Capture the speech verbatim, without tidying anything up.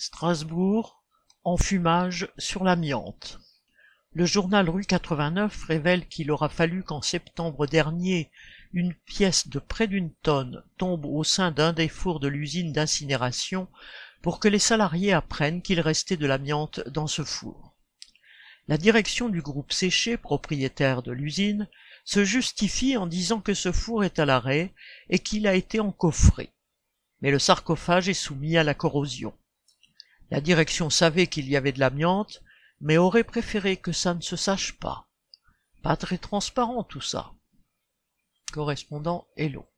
Strasbourg, enfumage sur l'amiante. Le journal Rue quatre-vingt-neuf révèle qu'il aura fallu qu'en septembre dernier, une pièce de près d'une tonne tombe au sein d'un des fours de l'usine d'incinération pour que les salariés apprennent qu'il restait de l'amiante dans ce four. La direction du groupe Séché, propriétaire de l'usine, se justifie en disant que ce four est à l'arrêt et qu'il a été encoffré. Mais le sarcophage est soumis à la corrosion. La direction savait qu'il y avait de l'amiante, mais aurait préféré que ça ne se sache pas. Pas très transparent tout ça. Correspondant Hello.